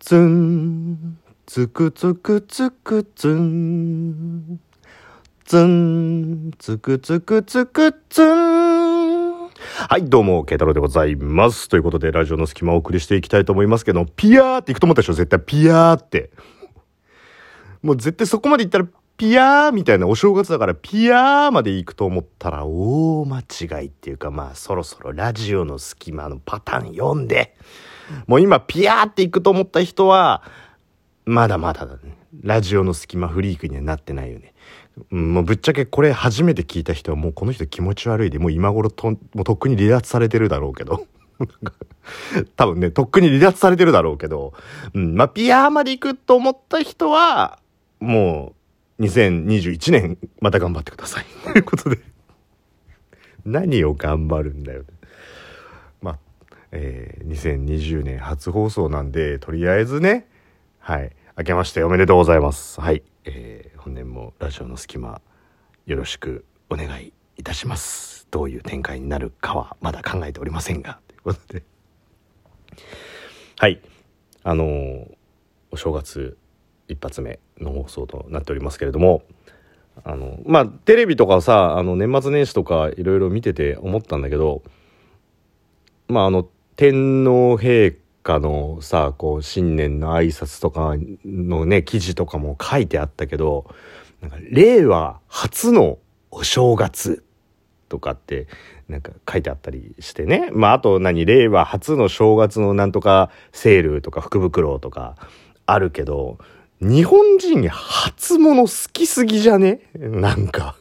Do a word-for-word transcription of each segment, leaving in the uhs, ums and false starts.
つんつくつくつくつんつんつくつくつくつん。はいどうもケイタロウでございます。ということでラジオの隙間をお送りしていきたいと思いますけど、ピヤーっていくと思ったでしょ。絶対ピヤーって、もう絶対そこまでいったらピヤーみたいな、お正月だからピヤーまで行くと思ったら大間違いっていうか、まあそろそろラジオの隙間のパターン読んで、もう今ピヤーって行くと思った人はまだまだだね。ラジオの隙間フリークにはなってないよね。うん、もうぶっちゃけこれ初めて聞いた人はもうこの人気持ち悪いで、もう今頃ともうとっくに離脱されてるだろうけど多分ねとっくに離脱されてるだろうけど、うん、まあピヤーまで行くと思った人はもうにせんにじゅういちねんまた頑張ってくださいということで何を頑張るんだよ。まあ、えー、にせんにじゅうねん初放送なんで、とりあえずね、はい明けましておめでとうございます。はい、えー、本年もラジオの隙間よろしくお願いいたします。どういう展開になるかはまだ考えておりませんが、ということで、はいあのー、お正月一発目の放送となっておりますけれども、あのまあテレビとかさ、あの年末年始とかいろいろ見てて思ったんだけど、まああの天皇陛下のさ、こう新年の挨拶とかのね記事とかも書いてあったけど、なんか令和初のお正月とかってなんか書いてあったりしてね。まああと何、令和初の正月のなんとかセールとか福袋とかあるけど、日本人初物好きすぎじゃね？なんか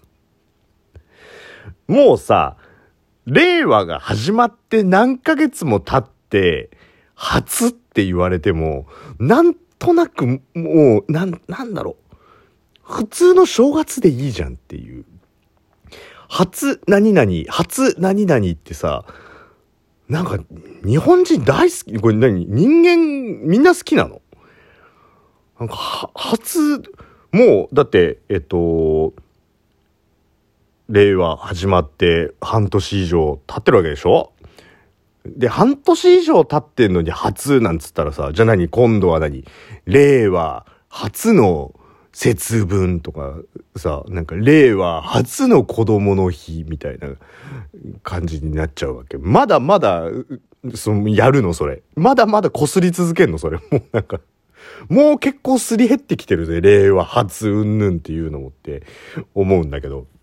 もうさ、令和が始まって何ヶ月も経って初って言われてもなんとなくもうなんなんだろう、普通の正月でいいじゃんっていう。初何々初何々ってさ、なんか日本人大好き。これ何、人間みんな好きなの？なんかは初、もうだってえっと令和始まって半年以上経ってるわけでしょ。で半年以上経ってんのに初なんつったらさ、じゃあ何、今度は何、令和初の節分とかさ、なんか令和初の子供の日みたいな感じになっちゃうわけ。まだまだそのやるのそれ、まだまだ擦り続けんのそれ。もうなんかもう結構すり減ってきてるぜ、令和初うんぬんっていうのもって思うんだけど、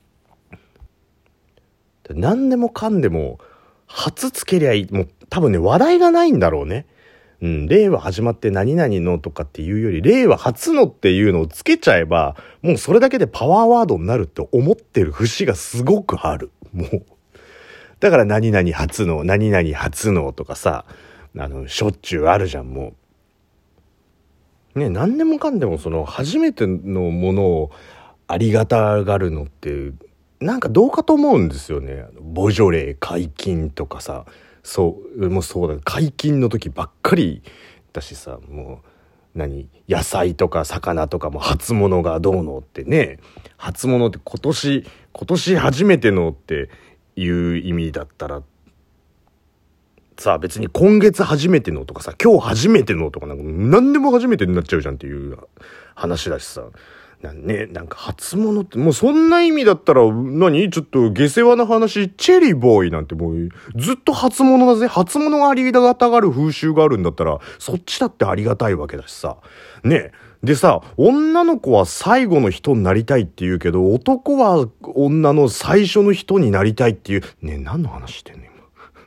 何でもかんでも初つけりゃいい、もう多分ね話題がないんだろうね。うん、令和始まって何々のとかっていうより、令和初のっていうのをつけちゃえばもうそれだけでパワーワードになるって思ってる節がすごくある。もうだから何々初の何々初のとかさ、あのしょっちゅうあるじゃん。もうね、何でもかんでもその初めてのものをありがたがるのってなんかどうかと思うんですよね。ボジョレー解禁とかさ、そうもうそうだ、解禁の時ばっかりだしさ、もう何、野菜とか魚とかも初物がどうのってね、初物って今年今年初めてのっていう意味だったらさ、別に今月初めてのとかさ、今日初めてのとかなんか何でも初めてになっちゃうじゃんっていう話だしさ、なんね、なんか初物ってもうそんな意味だったら何、ちょっと下世話な話、チェリーボーイなんてもうずっと初物だぜ。初物がありがたがる風習があるんだったらそっちだってありがたいわけだしさね。でさ、女の子は最後の人になりたいって言うけど、男は女の最初の人になりたいっていうね。何の話してんの今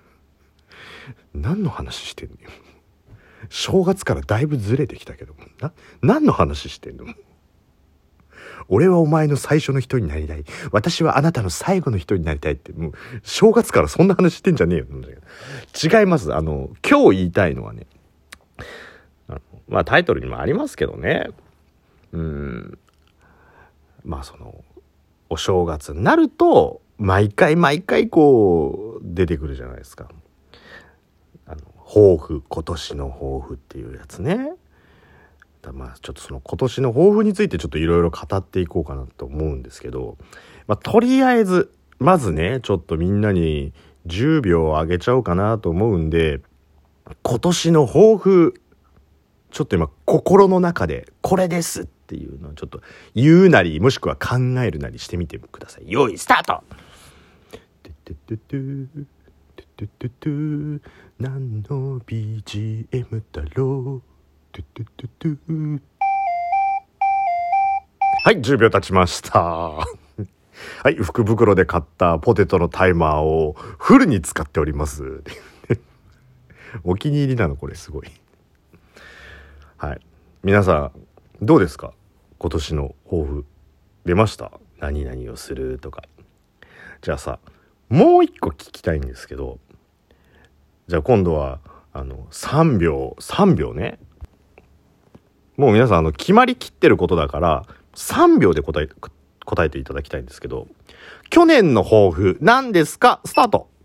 何の話してんのよ。正月からだいぶずれてきたけどもな、何の話してんの。俺はお前の最初の人になりたい、私はあなたの最後の人になりたいって、もう正月からそんな話してんじゃねえよ。違います。あの今日言いたいのはね、あのまあタイトルにもありますけどね、うーんまあそのお正月になると毎回毎回こう出てくるじゃないですか。あの抱負、今年の抱負っていうやつね。まあちょっとその今年の抱負についてちょっといろいろ語っていこうかなと思うんですけど、まあとりあえずまずね、ちょっとみんなにじゅうびょうあげちゃおうかなと思うんで、今年の抱負ちょっと今心の中でこれですっていうのをちょっと言うなりもしくは考えるなりしてみてください。用意スタート。トゥトゥトゥトゥトゥトゥトゥトゥ何の ビージーエム だろう。トゥトゥトゥトゥ。はい、じゅうびょう経ちましたはい、福袋で買ったポテトのタイマーをフルに使っておりますお気に入りなのこれすごいはい、皆さんどうですか？今年の抱負出ました？何々をするとか。じゃあさ、もう一個聞きたいんですけど、じゃあ今度はあのさんびょうさんびょうね、もう皆さんあの決まりきってることだからさんびょうで答え答えていただきたいんですけど、去年の抱負何ですか？スタート。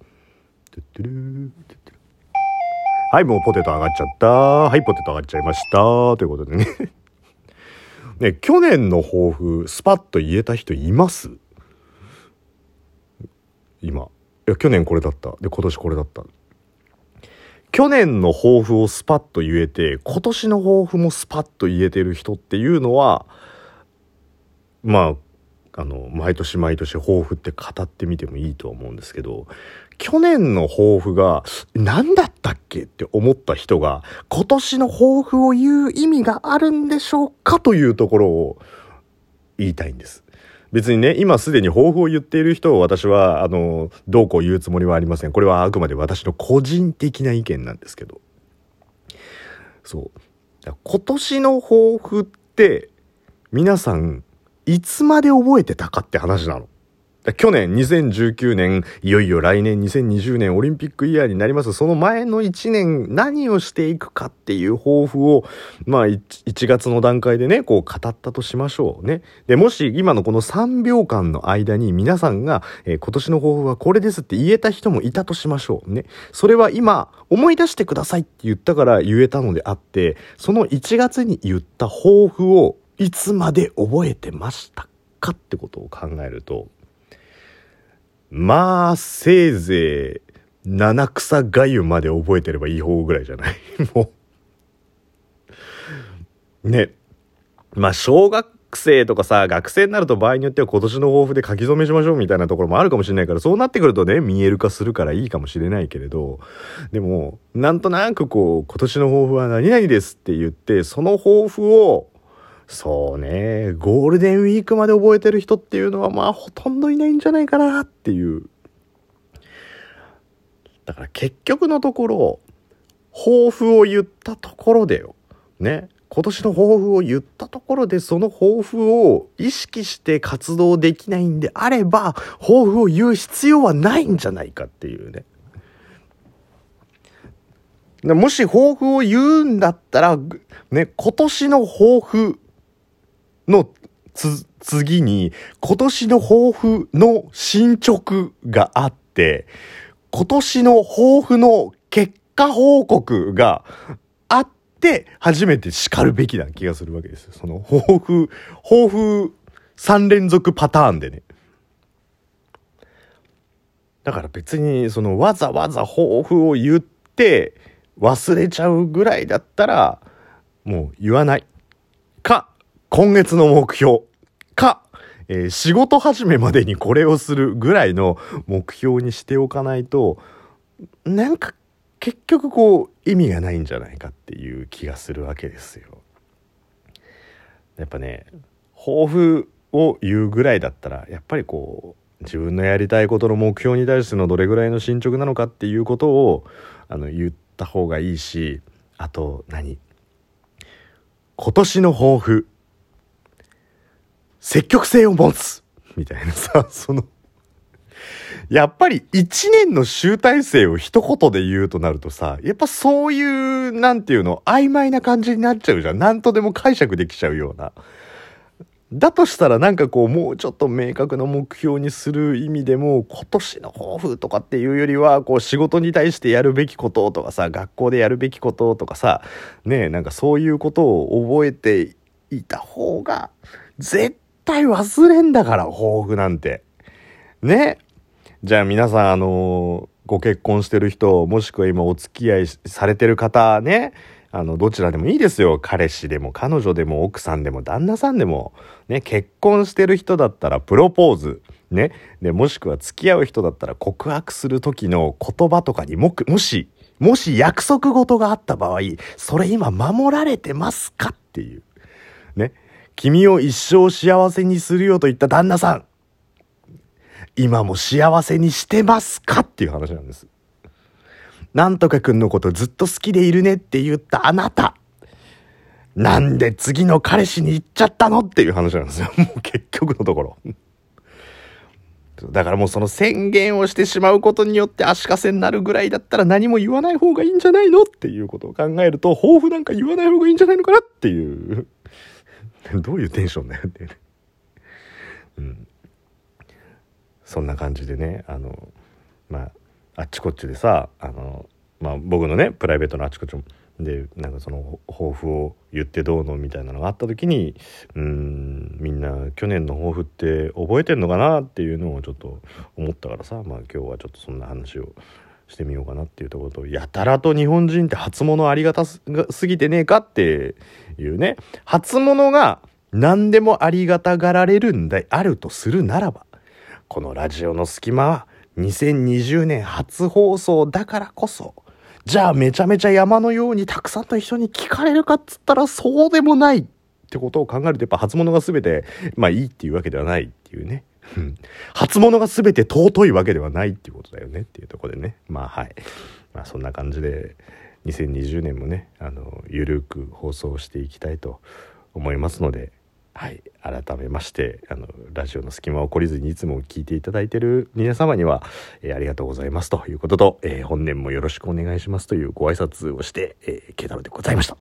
はい、もうポテト上がっちゃった。はい、ポテト上がっちゃいました。ということでねね、去年の抱負スパッと言えた人います？今いや去年これだったで今年これだった。去年の抱負をスパッと言えて今年の抱負もスパッと言えてる人っていうのは、まああの毎年毎年抱負って語ってみてもいいとは思うんですけど、去年の抱負が何だったっけって思った人が今年の抱負を言う意味があるんでしょうかというところを言いたいんです。別にね、今すでに抱負を言っている人を私はあのどうこう言うつもりはありません。これはあくまで私の個人的な意見なんですけど、そう今年の抱負って皆さんいつまで覚えてたかって話なの。去年にせんじゅうきゅうねん、いよいよ来年にせんにじゅうねんオリンピックイヤーになります。その前のいちねん何をしていくかっていう抱負をまあ 1, いちがつの段階でねこう語ったとしましょうね。でもし今のこのさんびょうかんの間に皆さんが、えー、今年の抱負はこれですって言えた人もいたとしましょうね。それは今思い出してくださいって言ったから言えたのであって、そのいちがつに言った抱負をいつまで覚えてましたかってことを考えると、まあせいぜい七草がゆまで覚えてればいい方ぐらいじゃないもうね。まあ小学生とかさ、学生になると場合によっては今年の抱負で書き初めしましょうみたいなところもあるかもしれないから、そうなってくるとね見える化するからいいかもしれないけれど、でもなんとなくこう今年の抱負は何々ですって言ってその抱負をそうねゴールデンウィークまで覚えてる人っていうのはまあほとんどいないんじゃないかなっていう。だから結局のところ抱負を言ったところでよね、今年の抱負を言ったところでその抱負を意識して活動できないんであれば抱負を言う必要はないんじゃないかっていうね。もし抱負を言うんだったらね、今年の抱負のつ次に今年の抱負の進捗があって、今年の抱負の結果報告があって初めて叱るべきな気がするわけですよ。その抱負抱負さん連続パターンでね。だから別にそのわざわざ抱負を言って忘れちゃうぐらいだったらもう言わないか、今月の目標か、えー、仕事始めまでにこれをするぐらいの目標にしておかないとなんか結局こう意味がないんじゃないかっていう気がするわけですよ。やっぱね、抱負を言うぐらいだったらやっぱりこう自分のやりたいことの目標に対してのどれぐらいの進捗なのかっていうことをあの言った方がいいし、あと何今年の抱負積極性を持つみたいなさ、そのやっぱり一年の集大成を一言で言うとなるとさ、やっぱそういうなんていうの曖昧な感じになっちゃうじゃん。なんとでも解釈できちゃうような。だとしたらなんかこうもうちょっと明確な目標にする意味でも今年の抱負とかっていうよりはこう仕事に対してやるべきこととかさ、学校でやるべきこととかさねえ、なんかそういうことを覚えていた方が絶対忘れんだから抱負なんてね。じゃあ皆さんあのご結婚してる人もしくは今お付き合いされてる方ね、 あの、どちらでもいいですよ。彼氏でも彼女でも奥さんでも旦那さんでも。ね、結婚してる人だったらプロポーズ。ね。で、もしくは付き合う人だったら告白する時の言葉とかにもく、もし、もし約束事があった場合、それ今守られてますかっていう。ね。君を一生幸せにするよと言った旦那さん。今も幸せにしてますかっていう話なんです。なんとかくんのことずっと好きでいるねって言ったあなた。なんで次の彼氏に行っちゃったのっていう話なんですよ。もう結局のところ。だからもうその宣言をしてしまうことによって足かせになるぐらいだったら何も言わない方がいいんじゃないのっていうことを考えると、抱負なんか言わない方がいいんじゃないのかなっていう。どういうテンションだよっていうね。うん。そんな感じでね、あの、まあ、あっちこっちでさ、あの、まあ僕のね、プライベートのあっちこっちで、なんかその抱負を言ってどうのみたいなのがあった時に、うーん、みんな去年の抱負って覚えてんのかなっていうのをちょっと思ったからさ、まあ今日はちょっとそんな話をしてみようかなっていうところと、やたらと日本人って初物ありがたすぎてねえかっていうね、初物が何でもありがたがられるんであるとするならば、このラジオの隙間はにせんにじゅうねん初放送だからこそ、じゃあめちゃめちゃ山のようにたくさんの人に聞かれるかっつったらそうでもないってことを考えると、やっぱ初物が全てまあいいっていうわけではないっていうね。初物が全て尊いわけではないっていうことだよねっていうところでね。まあはい。まあそんな感じでにせんにじゅうねんもね、あの、ゆるく放送していきたいと思いますので、はい、改めましてあのラジオの隙間を懲りずにいつも聞いていただいている皆様には、えー、ありがとうございますということと、えー、本年もよろしくお願いしますというご挨拶をして、えー、ケイタロウでございました。